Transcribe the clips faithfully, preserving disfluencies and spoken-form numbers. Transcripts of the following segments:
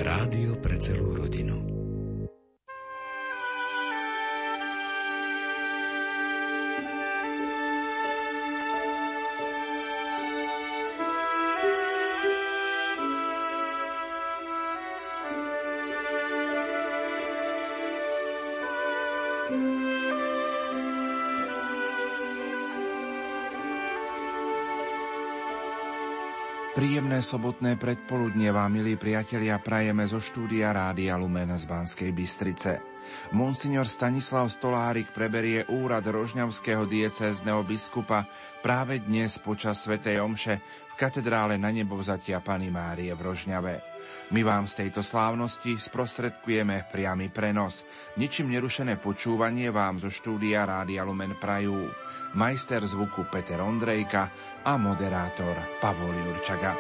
Rádio pre celú rodinu. Príjemné sobotné predpoludnie vám, milí priatelia, prajeme zo štúdia Rádia Lumen z Banskej Bystrice. Monsignor Stanislav Stolárik preberie úrad rožňavského diecézneho biskupa práve dnes počas svätej omše v katedrále Nanebovzatia Panny Márie v Rožňave. My vám z tejto slávnosti sprostredkujeme priamy prenos. Ničím nerušené počúvanie vám zo štúdia Rádia Lumen prajú majster zvuku Peter Ondrejka a moderátor Pavol Jurčaga.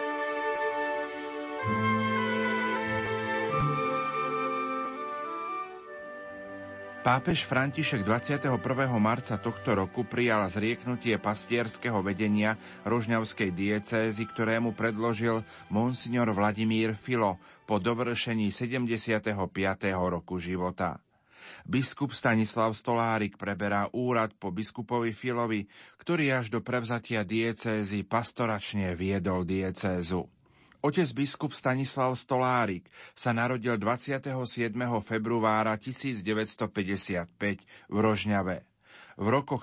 Pápež František dvadsiateho prvého marca tohto roku prijal zrieknutie pastierskeho vedenia rožňavskej diecézy, ktorému predložil monsignor Vladimír Filo po dovršení sedemdesiateho piateho roku života. Biskup Stanislav Stolárik preberá úrad po biskupovi Filovi, ktorý až do prevzatia diecézy pastoračne viedol diecézu. Otec biskup Stanislav Stolárik sa narodil dvadsiateho siedmeho februára tisícdeväťstopäťdesiatpäť v Rožňave. V rokoch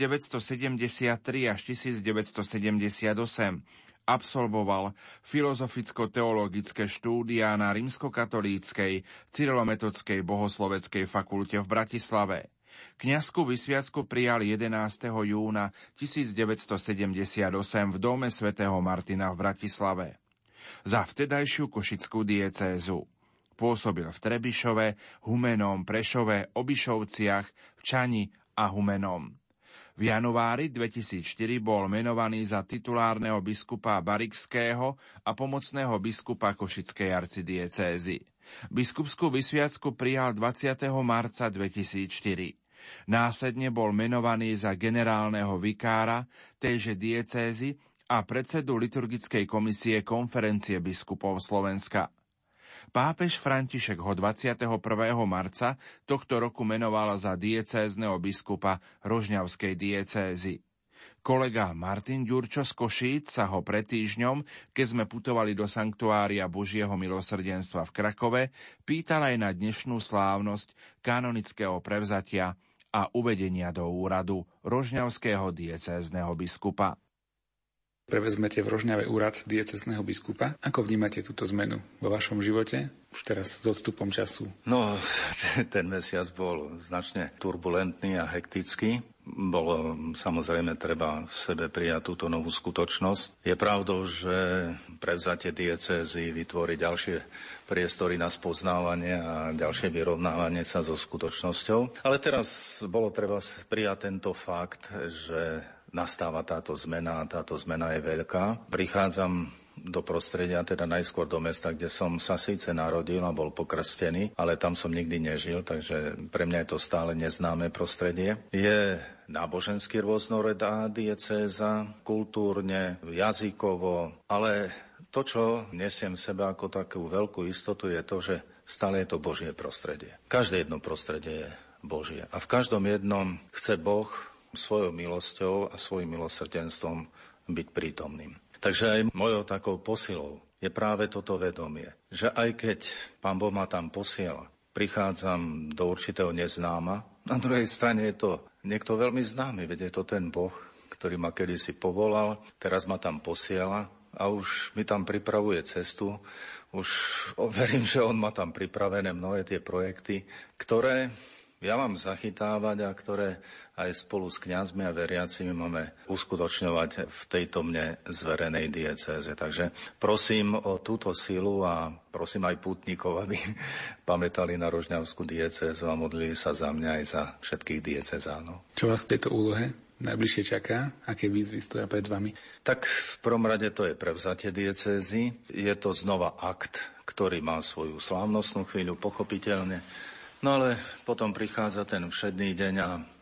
tisícdeväťstosedemdesiattri až tisícdeväťstosedemdesiatosem absolvoval filozoficko-teologické štúdia na rímskokatolíckej cyrilometodskej bohosloveckej fakulte v Bratislave. Kňazskú vysviacku prijal jedenásteho júna tisícdeväťstosedemdesiatosem v dome svätého Martina v Bratislave. Za vtedajšiu košickú diecézu pôsobil v Trebišove, Humenom, Prešove, Obišovciach, v Čani a Humenom. V januári dvetisícštyri bol menovaný za titulárneho biskupa Barikského a pomocného biskupa Košickej arcidiecézy. Biskupskú vysviacku prijal dvadsiateho marca dvetisícštyri. Následne bol menovaný za generálneho vikára tejže diecézy a predsedu liturgickej komisie Konferencie biskupov Slovenska. Pápež František ho dvadsiateho prvého marca tohto roku menoval za diecézneho biskupa rožňavskej diecézy. Kolega Martin Ďurčo z Košíc sa ho pred týždňom, keď sme putovali do Sanktuária Božieho milosrdenstva v Krakove, pýtal aj na dnešnú slávnosť kanonického prevzatia a uvedenia do úradu rožňavského diecézneho biskupa. Prevezmete v Rožňave úrad diecézneho biskupa. Ako vnímate túto zmenu vo vašom živote? Už teraz s odstupom času. No, ten mesiac bol značne turbulentný a hektický. Bolo samozrejme treba v sebe prijať túto novú skutočnosť. Je pravdou, že prevzatie diecézy vytvorí ďalšie priestory na spoznávanie a ďalšie vyrovnávanie sa so skutočnosťou. Ale teraz bolo treba prijať tento fakt, že nastáva táto zmena a táto zmena je veľká. Prichádzam do prostredia, teda najskôr do mesta, kde som sa síce narodil a bol pokrstený, ale tam som nikdy nežil, takže pre mňa je to stále neznáme prostredie. Je nábožensky rôznorodá diecéza, kultúrne, jazykovo, ale to, čo nesiem v sebe ako takú veľkú istotu, je to, že stále je to Božie prostredie. Každé jedno prostredie je Božie a v každom jednom chce Boh svojou milosťou a svojim milosrdenstvom byť prítomným. Takže aj mojou takou posilou je práve toto vedomie, že aj keď Pán Boh ma tam posiela, prichádzam do určitého neznáma, na druhej strane je to niekto veľmi známy, veď je to ten Boh, ktorý ma kedysi povolal, teraz ma tam posiela a už mi tam pripravuje cestu, už verím, že on má tam pripravené mnohé tie projekty, ktoré ja mám zachytávať a ktoré aj spolu s kňazmi a veriacimi máme uskutočňovať v tejto mne zverenej diecéze. Takže prosím o túto silu a prosím aj pútnikov, aby pamätali na rožňavskú diecézu a modlili sa za mňa aj za všetkých diecezánov. Čo vás v tejto úlohe najbližšie čaká? Aké výzvy stoja pred vami? Tak v prvom rade to je prevzatie diecézy. Je to znova akt, ktorý má svoju slávnostnú chvíľu, pochopiteľne. No ale potom prichádza ten všedný deň a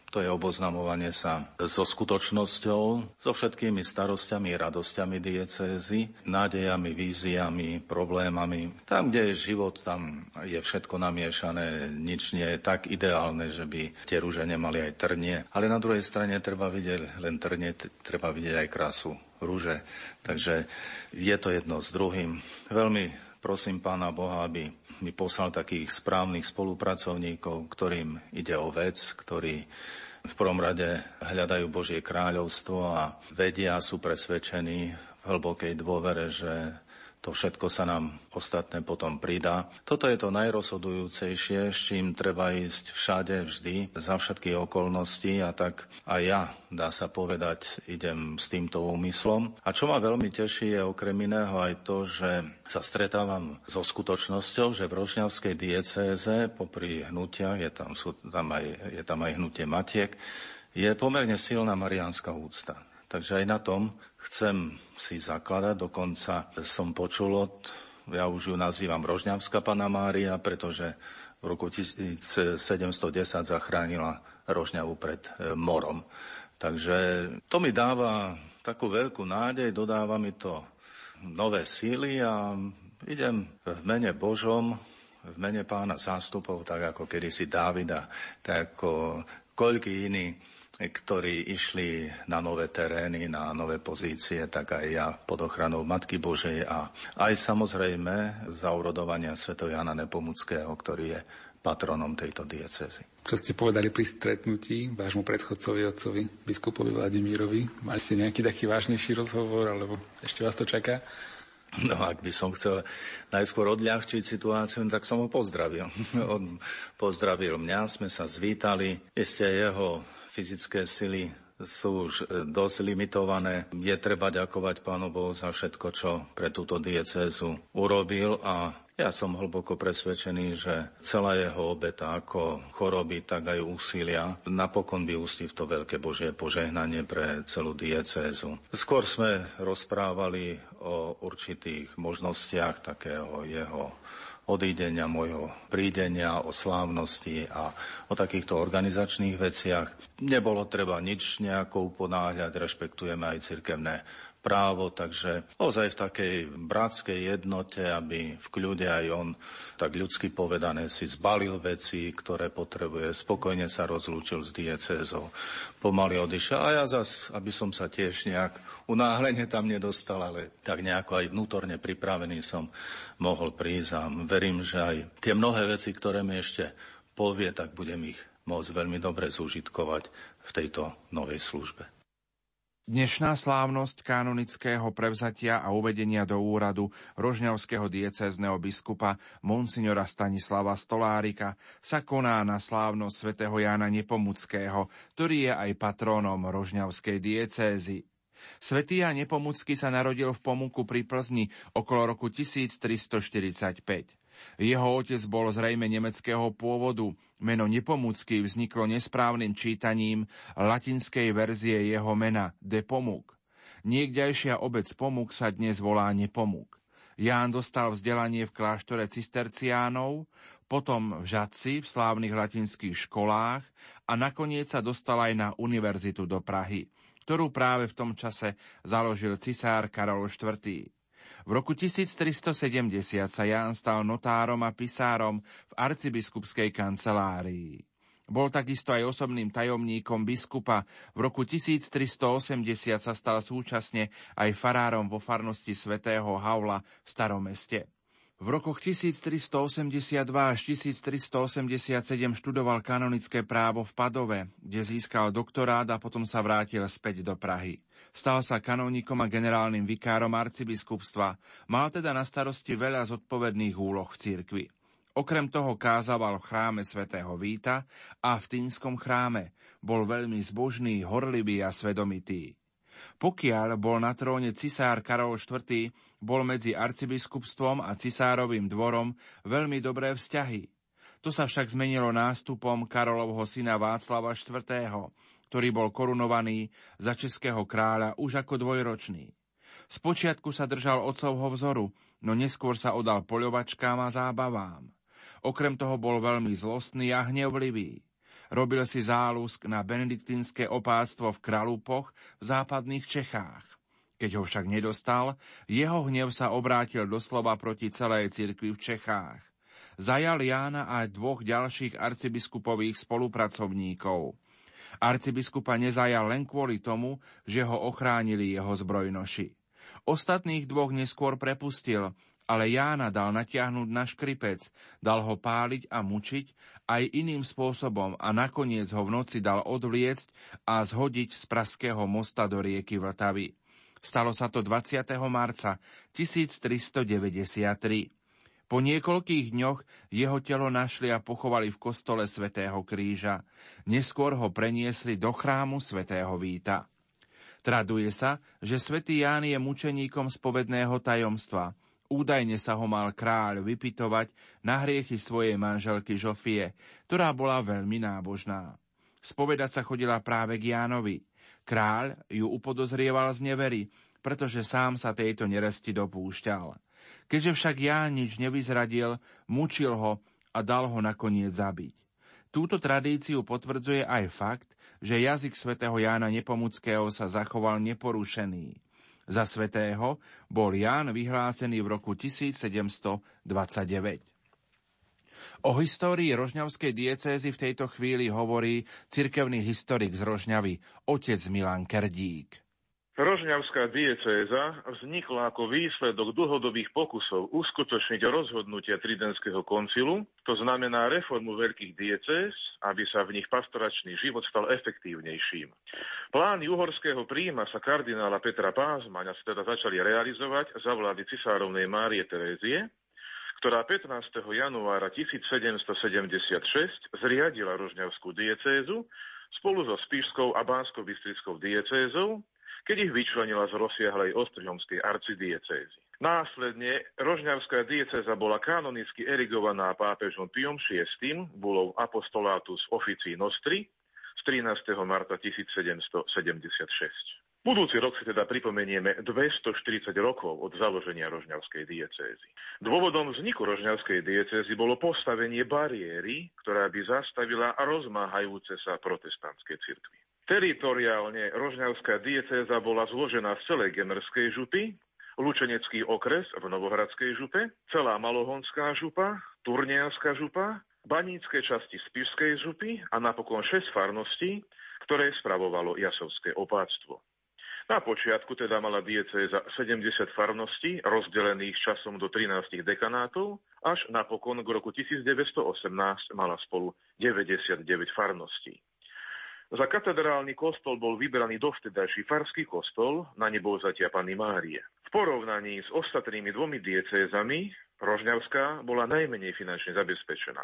To je oboznamovanie sa so skutočnosťou, so všetkými starosťami, radosťami diecézy, nádejami, víziami, problémami. Tam, kde je život, tam je všetko namiešané, nič nie je tak ideálne, že by tie rúže nemali aj trnie. Ale na druhej strane treba vidieť len trnie, treba vidieť aj krásu rúže. Takže je to jedno s druhým. Veľmi prosím Pána Boha, aby mi poslal takých správnych spolupracovníkov, ktorým ide o vec, ktorí v prvom rade hľadajú Božie kráľovstvo a vedia, sú presvedčení v hlbokej dôvere, že to všetko sa nám ostatné potom pridá. Toto je to najrozhodujúcejšie, s čím treba ísť všade, vždy, za všetky okolnosti a tak aj ja, dá sa povedať, idem s týmto úmyslom. A čo ma veľmi teší je okrem iného aj to, že sa stretávam so skutočnosťou, že v rožňavskej diecéze popri hnutiach, je tam, sú, tam aj, je tam aj hnutie matiek, je pomerne silná mariánska úcta. Takže aj na tom chcem si zakladať, dokonca som počul od, ja už ju nazývam Rožňavská Panna Mária, pretože v roku tisícsedemstodesať zachránila Rožňavu pred morom. Takže to mi dáva takú veľkú nádej, dodáva mi to nové síly a idem v mene Božom, v mene Pána zástupov, tak ako kedysi Dávida, tak ako koľký iní, ktorí išli na nové terény, na nové pozície, tak aj ja pod ochranou Matky Božej a aj samozrejme za urodovania svätého Jána Nepomuckého, ktorý je patronom tejto diecézy. Čo ste povedali pri stretnutí vášmu predchodcovi, otcovi, biskupovi Vladimírovi? Mali ste nejaký taký vážnejší rozhovor, alebo ešte vás to čaká? No, ak by som chcel najskôr odľahčiť situáciu, tak som ho pozdravil. On pozdravil mňa, sme sa zvítali. Ešte jeho fyzické sily sú už dosť limitované. Je treba ďakovať Pánu Bohu za všetko, čo pre túto diecézu urobil a ja som hlboko presvedčený, že celá jeho obeta, ako choroby, tak aj úsilia, napokon vyústi v to veľké Božie požehnanie pre celú diecézu. Skôr sme rozprávali o určitých možnostiach takého jeho odídenia, môjho prídenia, o slávnosti a o takýchto organizačných veciach. Nebolo treba nič nejako uponáhľať, rešpektujeme aj cirkevné právo, takže ozaj v takej bratskej jednote, aby v kľude aj on, tak ľudsky povedané, si zbalil veci, ktoré potrebuje, spokojne sa rozlúčil s diecézou, pomaly odišiel. A ja zas, aby som sa tiež nejak unáhlene tam nedostal, ale tak nejako aj vnútorne pripravený som mohol prísť a verím, že aj tie mnohé veci, ktoré mi ešte povie, tak budem ich môcť veľmi dobre zúžitkovať v tejto novej službe. Dnešná slávnosť kanonického prevzatia a uvedenia do úradu rožňavského diecézneho biskupa monsignora Stanislava Stolárika sa koná na slávnosť svätého Jána Nepomuckého, ktorý je aj patrónom rožňavskej diecézy. Svätý Ján Nepomucký sa narodil v Pomuku pri Plzni okolo roku tisíctristoštyridsaťpäť. Jeho otec bol zrejme nemeckého pôvodu. Meno Nepomucký vzniklo nesprávnym čítaním latinskej verzie jeho mena de Pomuk. Niekdajšia obec Pomuk sa dnes volá Nepomuk. Ján dostal vzdelanie v kláštore cisterciánov, potom v Žatci v slávnych latinských školách a nakoniec sa dostal aj na univerzitu do Prahy, ktorú práve v tom čase založil cisár Karol štvrtý. V roku tisíctristosedemdesiat sa Ján stal notárom a pisárom v arcibiskupskej kancelárii. Bol takisto aj osobným tajomníkom biskupa. V roku tisíctristoosemdesiat sa stal súčasne aj farárom vo farnosti svätého Havla v Starom Meste. V rokoch tisíctristoosemdesiatdva až tisíctristoosemdesiatsedem študoval kanonické právo v Padove, kde získal doktorát a potom sa vrátil späť do Prahy. Stal sa kanonikom a generálnym vikárom arcibiskupstva. Mal teda na starosti veľa zodpovedných úloh v cirkvi. Okrem toho kázaval v chráme svätého Víta a v Týnskom chráme. Bol veľmi zbožný, horlivý a svedomitý. Pokiaľ bol na tróne cisár Karol štvrtý, bol medzi arcibiskupstvom a cisárovým dvorom veľmi dobré vzťahy. To sa však zmenilo nástupom Karolovho syna Václava štvrtého, ktorý bol korunovaný za českého kráľa už ako dvojročný. Spočiatku sa držal otcovho vzoru, no neskôr sa oddal poľovačkám a zábavám. Okrem toho bol veľmi zlostný a hnevlivý. Robil si záľusk na benediktínske opáctvo v Kralupoch v západných Čechách. Keď ho však nedostal, jeho hnev sa obrátil doslova proti celej cirkvi v Čechách. Zajal Jána aj dvoch ďalších arcibiskupových spolupracovníkov. Arcibiskupa nezajal len kvôli tomu, že ho ochránili jeho zbrojnoši. Ostatných dvoch neskôr prepustil, ale Jána dal natiahnuť na škripec, dal ho páliť a mučiť aj iným spôsobom a nakoniec ho v noci dal odvliecť a zhodiť z Pražského mosta do rieky Vltavy. Stalo sa to dvadsiateho marca tisíctristodeväťdesiattri. Po niekoľkých dňoch jeho telo našli a pochovali v kostole svätého Kríža. Neskôr ho preniesli do chrámu svätého Víta. Traduje sa, že svätý Ján je mučeníkom spovedného tajomstva. Údajne sa ho mal kráľ vypytovať na hriechy svojej manželky Žofie, ktorá bola veľmi nábožná. Spovedať sa chodila práve k Jánovi. Kráľ ju upodozrieval z nevery, pretože sám sa tejto neresti dopúšťal. Keďže však Ján nič nevyzradil, mučil ho a dal ho nakoniec zabiť. Túto tradíciu potvrdzuje aj fakt, že jazyk svätého Jána Nepomuckého sa zachoval neporušený. Za svätého bol Ján vyhlásený v roku tisícsedemstodvadsaťdeväť. O histórii rožňavskej diecézy v tejto chvíli hovorí cirkevný historik z Rožňavy, otec Milan Kerdík. Rožňavská diecéza vznikla ako výsledok dlhodobých pokusov uskutočniť rozhodnutia Tridentského koncilu, to znamená reformu veľkých diecéz, aby sa v nich pastoračný život stal efektívnejším. Plány uhorského prímasa kardinála Petra Pázmaňa sa teda začali realizovať za vlády cisárovnej Márie Terézie, ktorá pätnásteho januára tisícsedemstosedemdesiatšesť zriadila rožňavskú diecézu spolu so Spišskou a Banskobystrickou diecézou, keď ich vyčlenila z rozsiahlej ostrihomskej arcidiecézy. Následne rožňavská diecéza bola kanonicky erigovaná pápežom Piom šiestym bulou Apostolatus Officii Nostri z trinásteho marca tisícsedemstosedemdesiatšesť. Budúci rok si teda pripomenieme dvestoštyridsať rokov od založenia rožňavskej diecézy. Dôvodom vzniku rožňavskej diecézy bolo postavenie bariéry, ktorá by zastavila rozmáhajúce sa protestantské cirkvi. Teritoriálne rožňavská diecéza bola zložená z celej Gemerskej župy, Lučenecký okres v Novohradskej župe, celá Malohonská župa, Turnianska župa, banícke časti Spišskej župy a napokon šesť farností, ktoré spravovalo Jasovské opáctvo. Na počiatku teda mala diecéza sedemdesiat farností, rozdelených časom do trinástich dekanátov, až napokon k roku tisícdeväťstoosemnásť mala spolu deväťdesiatdeväť farností. Za katedrálny kostol bol vybraný dovtedajší farský kostol na Nebovzatia Panny Márie. V porovnaní s ostatnými dvomi diecézami Rožňavská bola najmenej finančne zabezpečená.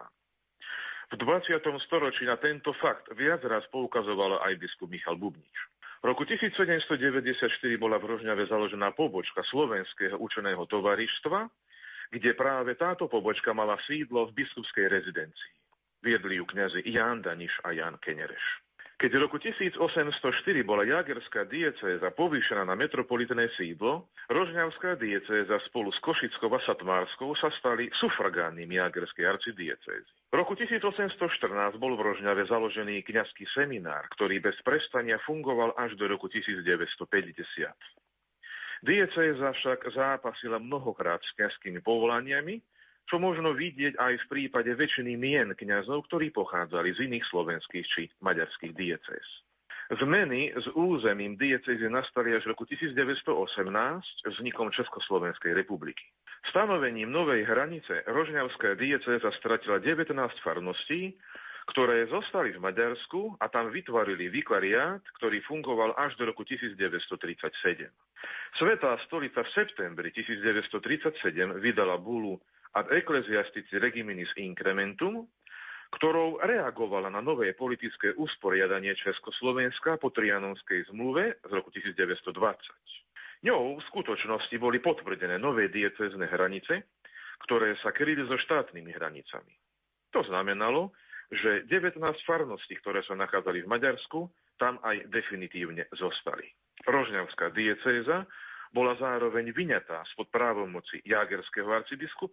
V dvadsiatom storočí na tento fakt viac raz poukazoval aj biskup Michal Bubnič. V roku tisícsedemstodeväťdesiatštyri bola v Rožňave založená pobočka Slovenského učeného tovarištva, kde práve táto pobočka mala sídlo v biskupskej rezidencii. Viedli ju kňazi Ján Daniš a Ján Kenereš. Keď v roku tisícosemstoštyri bola Jágerská diecéza povýšená na metropolitné sídlo, Rožňavská diecéza spolu s Košickou a Satmárskou sa stali sufragánnymi Jágerskej arcidiecézy. V roku tisícosemstoštrnásť bol v Rožňave založený kňazský seminár, ktorý bez prestania fungoval až do roku tisícdeväťstopäťdesiat. Diecéza však zápasila mnohokrát s kňazskými povolaniami, čo možno vidieť aj v prípade väčšiny mien kňazov, ktorí pochádzali z iných slovenských či maďarských diecéz. Zmeny s územím diecézy nastali až v roku tisícdeväťstoosemnásť vznikom Československej republiky. Stanovením novej hranice Rožňavská diecéza stratila devätnásť farností, ktoré zostali v Maďarsku a tam vytvorili vikariát, ktorý fungoval až do roku tisícdeväťstotridsaťsedem. Svätá stolica v septembri tisícdeväťstotridsaťsedem vydala bulu ad ecclesiastici regiminis incrementum, ktorou reagovala na nové politické usporiadanie Československa po Trianonskej zmluve z roku tisícdeväťstodvadsať. Ňou v skutočnosti boli potvrdené nové diecézne hranice, ktoré sa kryli so štátnymi hranicami. To znamenalo, že devätnásť farností, ktoré sa nachádzali v Maďarsku, tam aj definitívne zostali. Rožňavská diecéza bola zároveň vyňatá spod právomoci jágerského arcibiskupa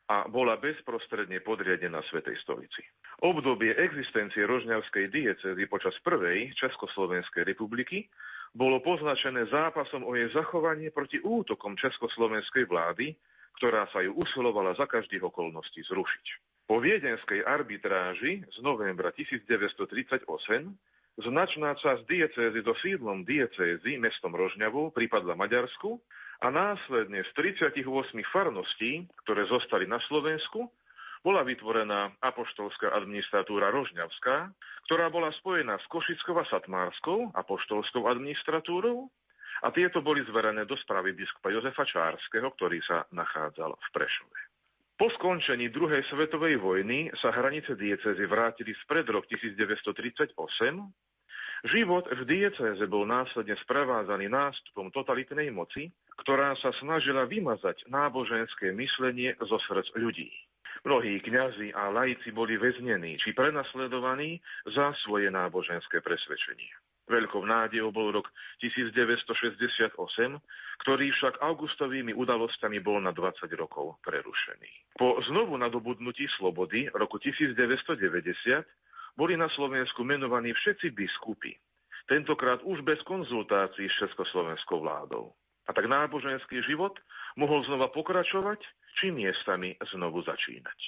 a bola bezprostredne podriadená Svätej stolici. Obdobie existencie rožňavskej diecézy počas prvej Československej republiky bolo poznačené zápasom o jej zachovanie proti útokom československej vlády, ktorá sa ju usilovala za každých okolností zrušiť. Po viedenskej arbitráži z novembra tisícdeväťstotridsaťosem značná časť diecézy so sídlom diecézy mestom Rožňavou pripadla Maďarsku a následne z tridsaťosem farností, ktoré zostali na Slovensku, bola vytvorená apoštolská administratúra Rožňavská, ktorá bola spojená s Košickou a Satmárskou apoštolskou administratúrou a tieto boli zverené do správy biskupa Jozefa Čárskeho, ktorý sa nachádzal v Prešove. Po skončení druhej svetovej vojny sa hranice diecézy vrátili spred rok tisícdeväťstotridsaťosem. Život v diecéze bol následne sprevádzaný nástupom totalitnej moci, ktorá sa snažila vymazať náboženské myslenie zo srdc ľudí. Mnohí kňazi a laici boli väznení či prenasledovaní za svoje náboženské presvedčenie. Veľkou nádejou bol rok tisícdeväťstošesťdesiatosem, ktorý však augustovými udalosťami bol na dvadsať rokov prerušený. Po znovu nadobudnutí slobody roku tisícdeväťstodeväťdesiat boli na Slovensku menovaní všetci biskupy, tentokrát už bez konzultácií s československou vládou. A tak náboženský život mohol znova pokračovať, či miestami znovu začínať.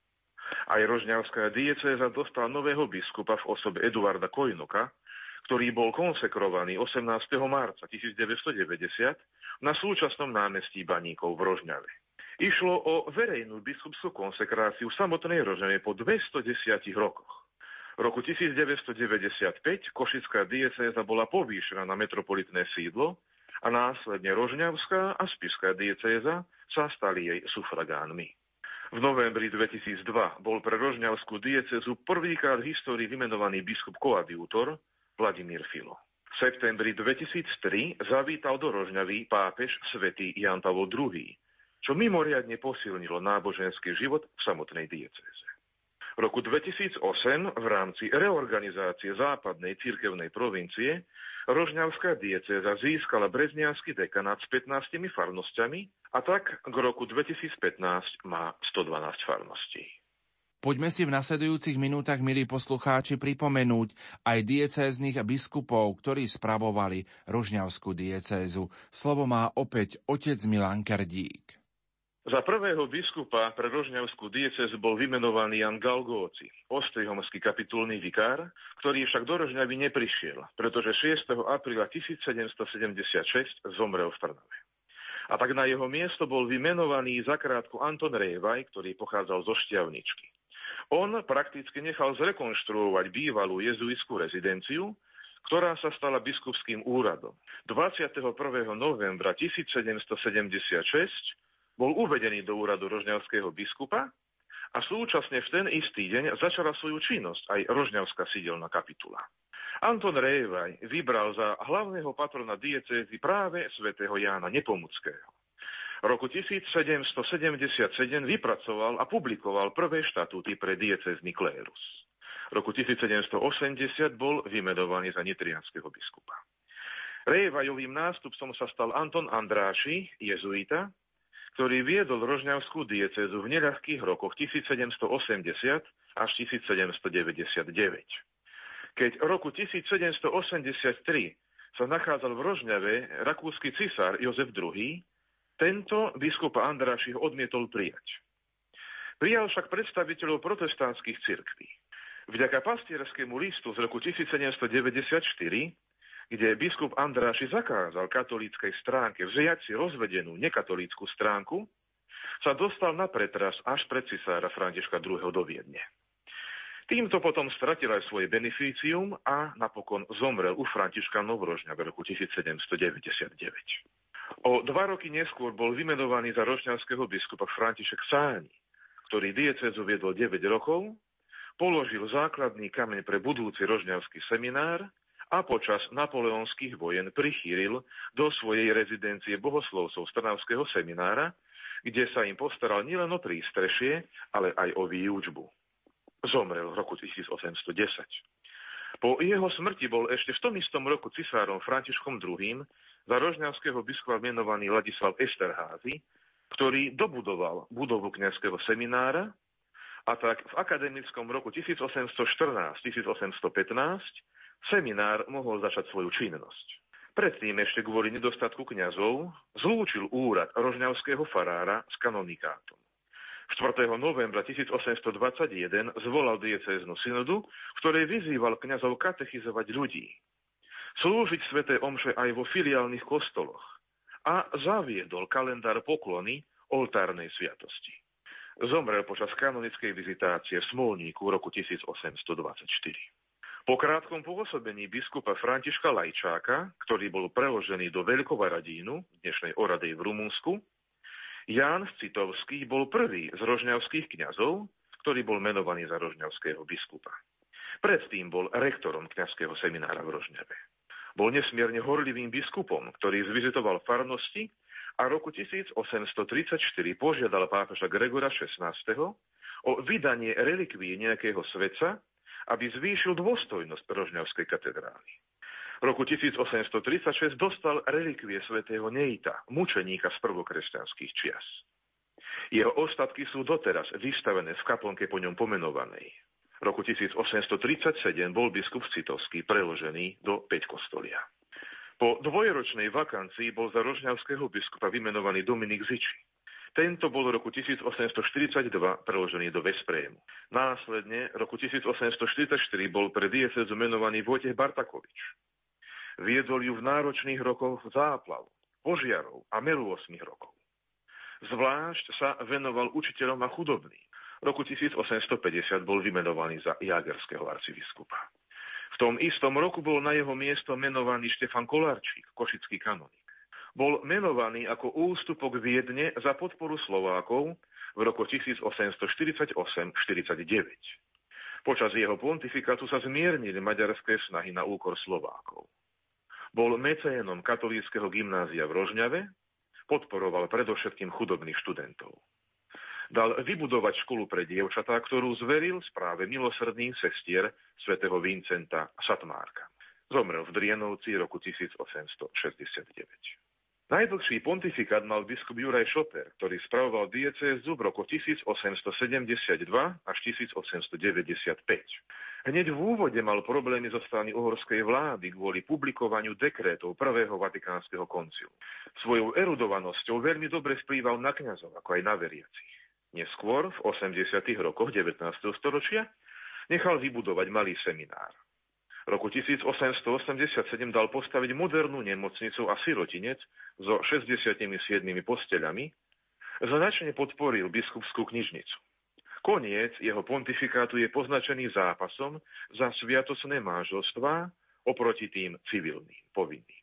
Aj rožňavská diecéza dostala nového biskupa v osobe Eduarda Kojnoka, ktorý bol konsekrovaný osemnásteho marca tisícdeväťstodeväťdesiat na súčasnom námestí Baníkov v Rožňave. Išlo o verejnú biskupskú konsekráciu samotnej Rožňave po dvestodesiatich rokoch. V roku tisícdeväťstodeväťdesiatpäť košická diecéza bola povýšená na metropolitné sídlo a následne rožňavská a spišská diecéza sa stali jej sufragánmi. V novembri dvetisícdva bol pre rožňavskú diecézu prvýkrát v histórii vymenovaný biskup koadjútor Vladimír Filo. V septembri dvetisíctri zavítal do Rožňavy pápež svätý Ján Pavol druhý, čo mimoriadne posilnilo náboženský život v samotnej diecéze. V roku dvetisícosem v rámci reorganizácie západnej cirkevnej provincie rožňavská diecéza získala brezniansky dekanát s pätnástimi farnosťami a tak k roku dvetisícpätnásť má stodvanásť farností. Poďme si v nasledujúcich minútach, milí poslucháči, pripomenúť aj diecéznych biskupov, ktorí spravovali rožňavskú diecézu. Slovo má opäť otec Milan Kerdík. Za prvého biskupa pre rožňavskú diecézu bol vymenovaný Jan Galgóci, ostrihomský kapitulný vikár, ktorý však do Rožňavy neprišiel, pretože šiesteho apríla tisícsedemstosedemdesiatšesť zomrel v Trnave. A tak na jeho miesto bol vymenovaný zakrátko Anton Révaj, ktorý pochádzal zo Štiavničky. On prakticky nechal zrekonštruovať bývalú jezuitskú rezidenciu, ktorá sa stala biskupským úradom. dvadsiateho prvého novembra tisícsedemstosedemdesiatšesť bol uvedený do úradu rožňavského biskupa a súčasne v ten istý deň začala svoju činnosť aj rožňavská sídelná kapitula. Anton Révaj vybral za hlavného patrona diecézy práve svätého Jána Nepomuckého. V roku tisícsedemstosedemdesiatsedem vypracoval a publikoval prvé štatúty pre diecézny klérus. V roku tisícsedemstoosemdesiat bol vymenovaný za nitrianskeho biskupa. Révajovým nástupcom sa stal Anton Andráši, jezuita, ktorý viedol rožňavskú diecézu v neľahkých rokoch tisícsedemstoosemdesiat až tisícsedemstodeväťdesiatdeväť. Keď v roku tisícsedemstoosemdesiattri sa nachádzal v Rožňave rakúsky cisár Jozef druhý, tento biskupa Andrášiho odmietol prijať. Prijal však predstaviteľov protestantských cirkví. Vďaka pastierskému listu z roku tisícsedemstodeväťdesiatštyri, kde biskup Andráši zakázal katolíckej stránke vziať si rozvedenú nekatolícku stránku, sa dostal na pretras až pred cisára Františka druhého. do Viedne. Týmto potom stratil aj svoje beneficium a napokon zomrel u Františkanov v Rožňave v roku tisícsedemstodeväťdesiatdeväť. O dva roky neskôr bol vymenovaný za rožňavského biskupa František Sáni, ktorý diecézu viedol deväť rokov, položil základný kameň pre budúci rožňavský seminár a počas napoleonských vojen prichýlil do svojej rezidencie bohoslovcov z Trnavského seminára, kde sa im postaral nielen o prístrešie, ale aj o výučbu. Zomrel v roku tisícosemstodesať. Po jeho smrti bol ešte v tom istom roku cisárom Františkom druhým. za rožňavského biskupa menovaný Ladislav Esterházy, ktorý dobudoval budovu kňazského seminára, a tak v akademickom roku tisícosemstoštrnásť tisícosemstopätnásť seminár mohol začať svoju činnosť. Predtým ešte kvôli nedostatku kňazov zlúčil úrad rožňavského farára s kanonikátom. štvrtého novembra tisícosemstodvadsaťjeden zvolal diecéznu synodu, v ktorej vyzýval kňazov katechizovať ľudí, slúžiť sväté omše aj vo filiálnych kostoloch a zaviedol kalendár poklony oltárnej sviatosti. Zomrel počas kanonickej vizitácie v Smolníku roku tisícosemstodvadsaťštyri. Po krátkom pôsobení biskupa Františka Lajčáka, ktorý bol preložený do Veľkovaradínu, dnešnej Oradej v Rumunsku, Ján Citovský bol prvý z rožňavských kňazov, ktorý bol menovaný za rožňavského biskupa. Predtým bol rektorom kňazského seminára v Rožňave. Bol nesmierne horlivým biskupom, ktorý zvizitoval farnosti a roku tisícosemstotridsaťštyri požiadal pápeža Gregora šestnásteho o vydanie relikví nejakého svetca, aby zvýšil dôstojnosť rožňavskej katedrály. V roku tisícosemstotridsaťšesť dostal relikvie svätého Nejta, mučeníka z prvokresťanských čias. Jeho ostatky sú doteraz vystavené v kaplnke po ňom pomenovanej. V roku tisícosemstotridsaťsedem bol biskup Citovský preložený do Päťkostolia. Po dvojročnej vakancii bol za rožňavského biskupa vymenovaný Dominik Ziči. Tento bol v roku tisícosemstoštyridsaťdva preložený do Veszprému. Následne v roku tisícosemstoštyridsaťštyri bol pre diecézu menovaný Vojtech Bartakovič. Viedol ju v náročných rokoch záplav, požiarov a meru osmých rokov. Zvlášť sa venoval učiteľom a chudobným. V roku tisícosemstopäťdesiat bol vymenovaný za jagerského arcibiskupa. V tom istom roku bol na jeho miesto menovaný Štefan Kolarčík, košický kanonik. Bol menovaný ako ústupok Viedne za podporu Slovákov v roku tisícosemstoštyridsaťosem štyridsaťdeväť. Počas jeho pontifikátu sa zmiernili maďarské snahy na úkor Slovákov. Bol mecénom katolíckeho gymnázia v Rožňave, podporoval predovšetkým chudobných študentov. Dal vybudovať školu pre dievčatá, ktorú zveril správe milosrdných sestier svätého Vincenta Satmárka. Zomrel v Drienovci roku tisícosemstošesťdesiatdeväť. Najdlhší pontifikát mal biskup Juraj Šoper, ktorý spravoval diecézu v roku tisícosemstosedemdesiatdva až tisícosemstodeväťdesiatpäť. Hneď v úvode mal problémy zo strany uhorskej vlády kvôli publikovaniu dekrétov Prvého vatikánskeho koncilu. Svojou erudovanosťou veľmi dobre vplýval na kňazov, ako aj na veriacich. Neskôr, v osemdesiatych rokoch devätnásteho storočia, nechal vybudovať malý seminár. V roku tisícosemstoosemdesiatsedem dal postaviť modernú nemocnicu a sirotinec so šesťdesiatimi siedmimi posteľami, značne podporil biskupskú knižnicu. Koniec jeho pontifikátu je poznačený zápasom za sviatosné manželstvá oproti tým civilným, povinným.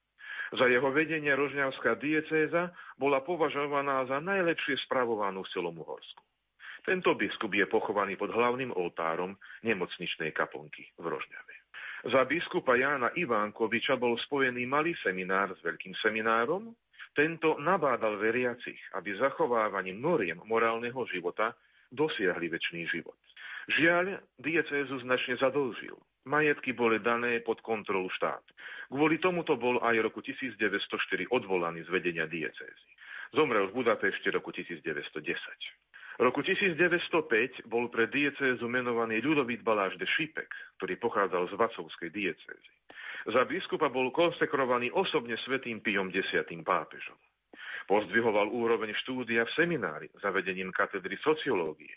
Za jeho vedenie rožňavská diecéza bola považovaná za najlepšie spravovanú v celom Uhorsku. Tento biskup je pochovaný pod hlavným oltárom nemocničnej kaplnky v Rožňave. Za biskupa Jána Ivánkoviča bol spojený malý seminár s veľkým seminárom. Tento nabádal veriacich, aby zachovávaním noriem morálneho života dosiahli večný život. Žiaľ, diecézu značne zadlžil. Majetky boli dané pod kontrolu štátu. Kvôli tomuto bol aj roku tisícdeväťstoštyri odvolaný z vedenia diecézy. Zomrel v Budapešti roku tisícdeväťstodesať. V roku tisícdeväťstopäť bol pre diecézu menovaný Ľudovít Baláš de Šipek, ktorý pochádzal z Vacovskej diecézy. Za biskupa bol konsekrovaný osobne svätým Piom desiatym pápežom. Pozdvihoval úroveň štúdia v seminári za vedením katedry sociológie.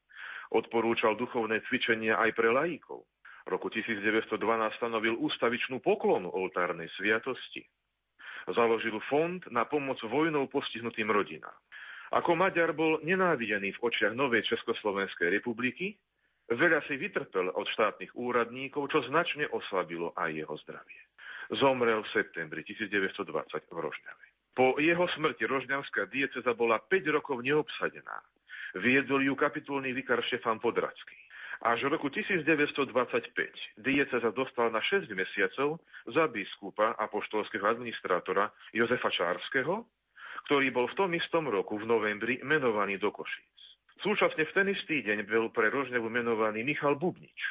Odporúčal duchovné cvičenia aj pre laikov. V roku tisícdeväťstodvanásť stanovil ústavičnú poklonu oltárnej sviatosti. Založil fond na pomoc vojnou postihnutým rodinám. Ako Maďar bol nenávidený v očiach novej Československej republiky, veľa si vytrpel od štátnych úradníkov, čo značne oslabilo aj jeho zdravie. Zomrel v septembri tisícdeväťstodvadsať v Rožňave. Po jeho smrti rožňavská diecéza bola päť rokov neobsadená. Viedol ju kapitulný vikár Štefan Podracký. Až v roku tisícdeväťstodvadsaťpäť diecéza dostala na šesť mesiacov za biskupa apoštolského administrátora Jozefa Čárskeho, ktorý bol v tom istom roku v novembri menovaný do Košíc. Súčasne v ten istý deň bol pre Rožňavu menovaný Michal Bubnič,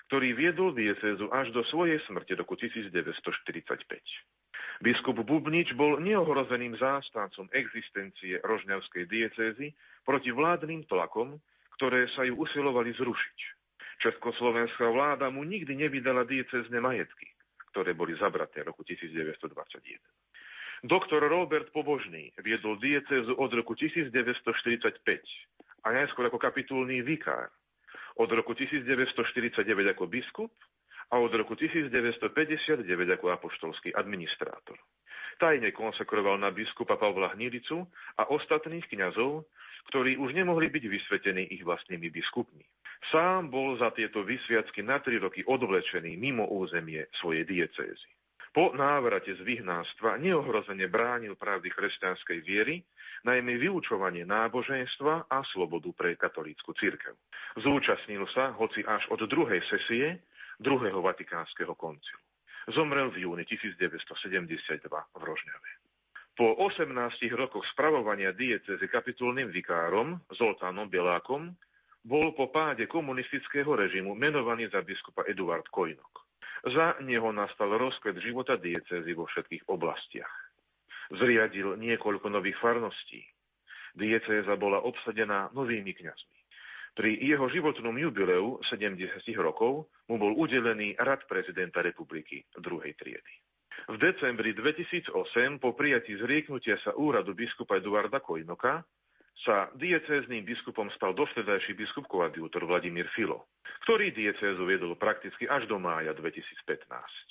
ktorý viedol diecézu až do svojej smrti roku tisícdeväťstoštyridsaťpäť. Biskup Bubnič bol neohrozeným zástancom existencie rožňavskej diecézy proti vládnym tlakom, ktoré sa ju usilovali zrušiť. Československá vláda mu nikdy nevydala diecézne majetky, ktoré boli zabraté v roku tisícdeväťstodvadsaťjeden. Doktor Robert Pobožný viedol diecézu od roku tisícdeväťstoštyridsaťpäť a najskôr ako kapitulný vikár, od roku tisícdeväťstoštyridsaťdeväť ako biskup a od roku tisícdeväťstopäťdesiatdeväť ako apoštolský administrátor. Tajne konsekroval na biskupa Pavla Hnilicu a ostatných kňazov, ktorí už nemohli byť vysvetení ich vlastnými biskupmi. Sám bol za tieto vysviacky na tri roky odvlečený mimo územie svojej diecézy. Po návrate z vyhnanstva neohrozene bránil pravdy kresťanskej viery, najmä vyučovanie náboženstva a slobodu pre katolícku cirkev. Zúčastnil sa, hoci až od druhej sesie, druhého vatikánskeho koncilu. Zomrel v júni tisícdeväťstosedemdesiatdva v Rožňave. Po osemnástich rokoch spravovania diecézy kapitulným vikárom Zoltánom Bielákom bol po páde komunistického režimu menovaný za biskupa Eduard Kojnok. Za neho nastal rozkvet života diecézy vo všetkých oblastiach. Zriadil niekoľko nových farností. Diecéza bola obsadená novými kňazmi. Pri jeho životnom jubileu sedemdesiat rokov mu bol udelený rad prezidenta republiky druhej triedy. V decembri dvetisícosem, po prijatí zrieknutia sa úradu biskupa Eduarda Kojnoka, sa diecézným biskupom stal dovtedajší biskup koadjutor Vladimír Filo, ktorý diecézu viedol prakticky až do mája dvetisícpätnásť.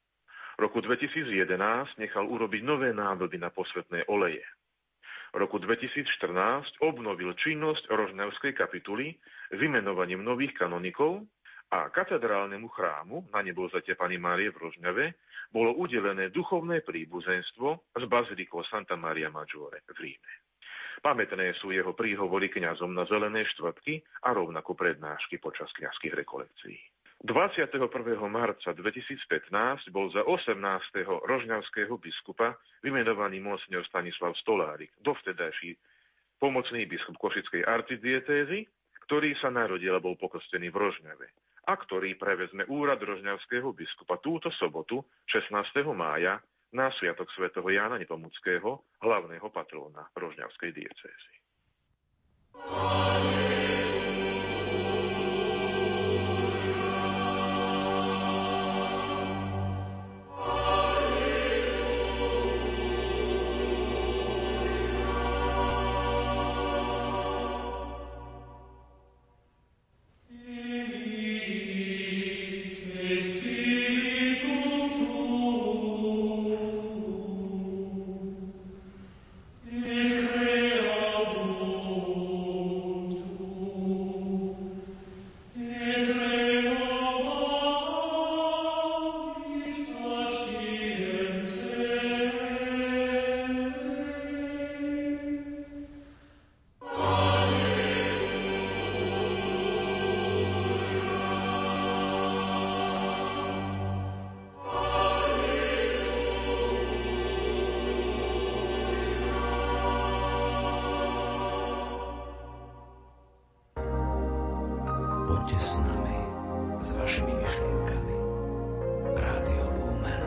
V roku dvetisícjedenásť nechal urobiť nové nádoby na posvätné oleje. V roku dvetisícštrnásť obnovil činnosť Rožňavskej kapituly vymenovaním nových kanonikov a katedrálnemu chrámu na nebovzatia Panny Márie v Rožňave bolo udelené duchovné príbuzenstvo s bazilikou Santa Maria Maggiore v Ríme. Pamätné sú jeho príhovory kňazom na Zelené štvrtky a rovnako prednášky počas kňazských rekolekcií. dvadsiateho prvého marca dvetisícpätnásť bol za osemnásteho rožňavského biskupa vymenovaný monsignor Stanislav Stolárik, dovtedajší pomocný biskup Košickej arcidiecézy, ktorý sa narodil a bol pokrstený v Rožňave a ktorý prevezme úrad rožňavského biskupa túto sobotu, šestnásteho mája, na sviatok svätého Jána Nepomuckého, hlavného patróna rožňavskej diecézy. Poďte s nami, s vašimi myšlienkami. Rádio Lumen.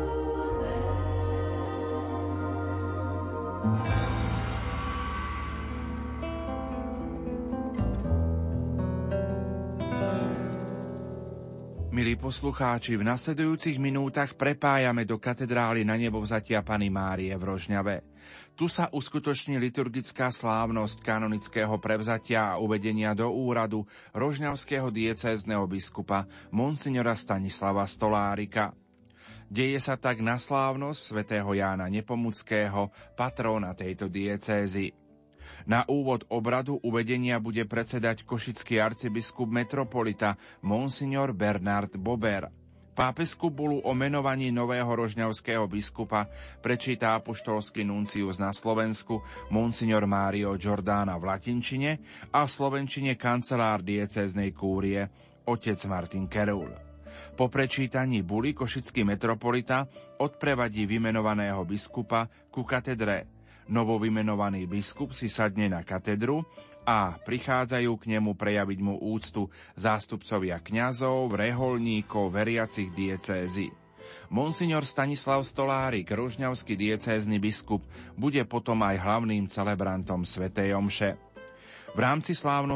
Milí poslucháči, v nasledujúcich minútach prepájame do katedrály Na nebovzatia Panny Márie v Rožňave. Tu sa uskutoční liturgická slávnosť kanonického prevzatia a uvedenia do úradu rožňavského diecézneho biskupa monsignora Stanislava Stolárika. Deje sa tak na slávnosť svätého Jána Nepomuckého, patróna tejto diecézy. Na úvod obradu uvedenia bude predsedať košický arcibiskup metropolita monsignor Bernard Bober. Pápežskú bulu o menovaní nového rožňavského biskupa prečíta apoštolský nuncius na Slovensku monsignor Mário Giordana v latinčine a v slovenčine kancelár diecéznej kúrie otec Martin Kerul. Po prečítaní buly košický metropolita odprevadí vymenovaného biskupa ku katedre. Novovymenovaný biskup si sadne na katedru a prichádzajú k nemu prejaviť mu úctu zástupcovia kňazov, reholníkov, veriacich diecézy. Monsignor Stanislav Stolárik, ružňavský diecézny biskup, bude potom aj hlavným celebrantom svätej omše. V rámci slávnosti